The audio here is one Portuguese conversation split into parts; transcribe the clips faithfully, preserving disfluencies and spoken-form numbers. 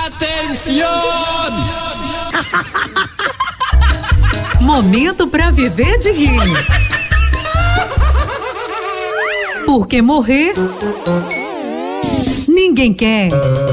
Atenção! Momento pra viver de rir. Porque morrer ninguém quer.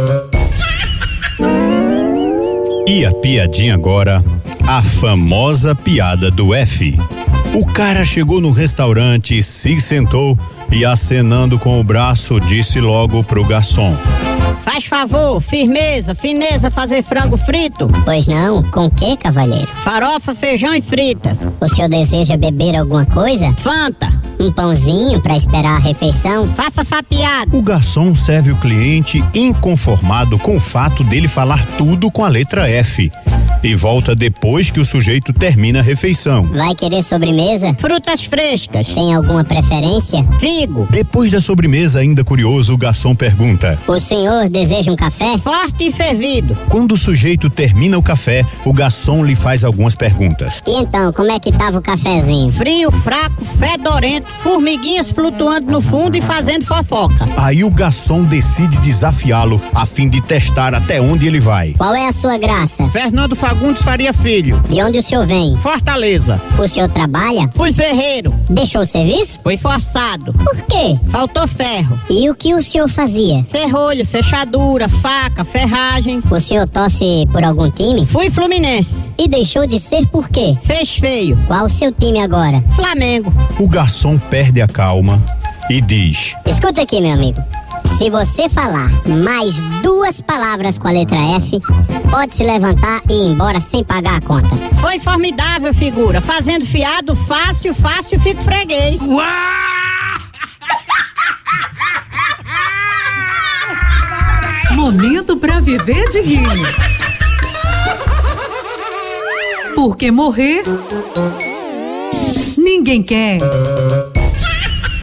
E a piadinha agora, a famosa piada do F. O cara chegou no restaurante, se sentou e, acenando com o braço, disse logo pro garçom: faz favor, firmeza, fineza, fazer frango frito? Pois não, com que, cavalheiro? Farofa, feijão e fritas. O senhor deseja beber alguma coisa? Fanta. Um pãozinho pra esperar a refeição? Faça fatiado. O garçom serve o cliente inconformado com o fato dele falar tudo com a letra F. E volta depois que o sujeito termina a refeição. Vai querer sobremesa? Frutas frescas. Tem alguma preferência? Figo. Depois da sobremesa, ainda curioso, o garçom pergunta: o senhor deseja um café? Forte e fervido. Quando o sujeito termina o café, o garçom lhe faz algumas perguntas. E então, como é que tava o cafezinho? Frio, fraco, fedorento, formiguinhas flutuando no fundo e fazendo fofoca. Aí o garçom decide desafiá-lo a fim de testar até onde ele vai. Qual é a sua graça? Fernando Fagundes Faria Filho. De onde o senhor vem? Fortaleza. O senhor trabalha? Fui ferreiro. Deixou o serviço? Fui forçado. Por quê? Faltou ferro. E o que o senhor fazia? Ferrolho, fechadura, faca, ferragens. O senhor torce por algum time? Fui Fluminense. E deixou de ser por quê? Fez feio. Qual o seu time agora? Flamengo. O garçom perde a calma e diz: escuta aqui, meu amigo. Se você falar mais duas palavras com a letra F, pode se levantar e ir embora sem pagar a conta. Foi formidável, figura. Fazendo fiado, fácil, fácil, fico freguês. Uau! Momento pra viver de rir. Porque morrer ninguém quer.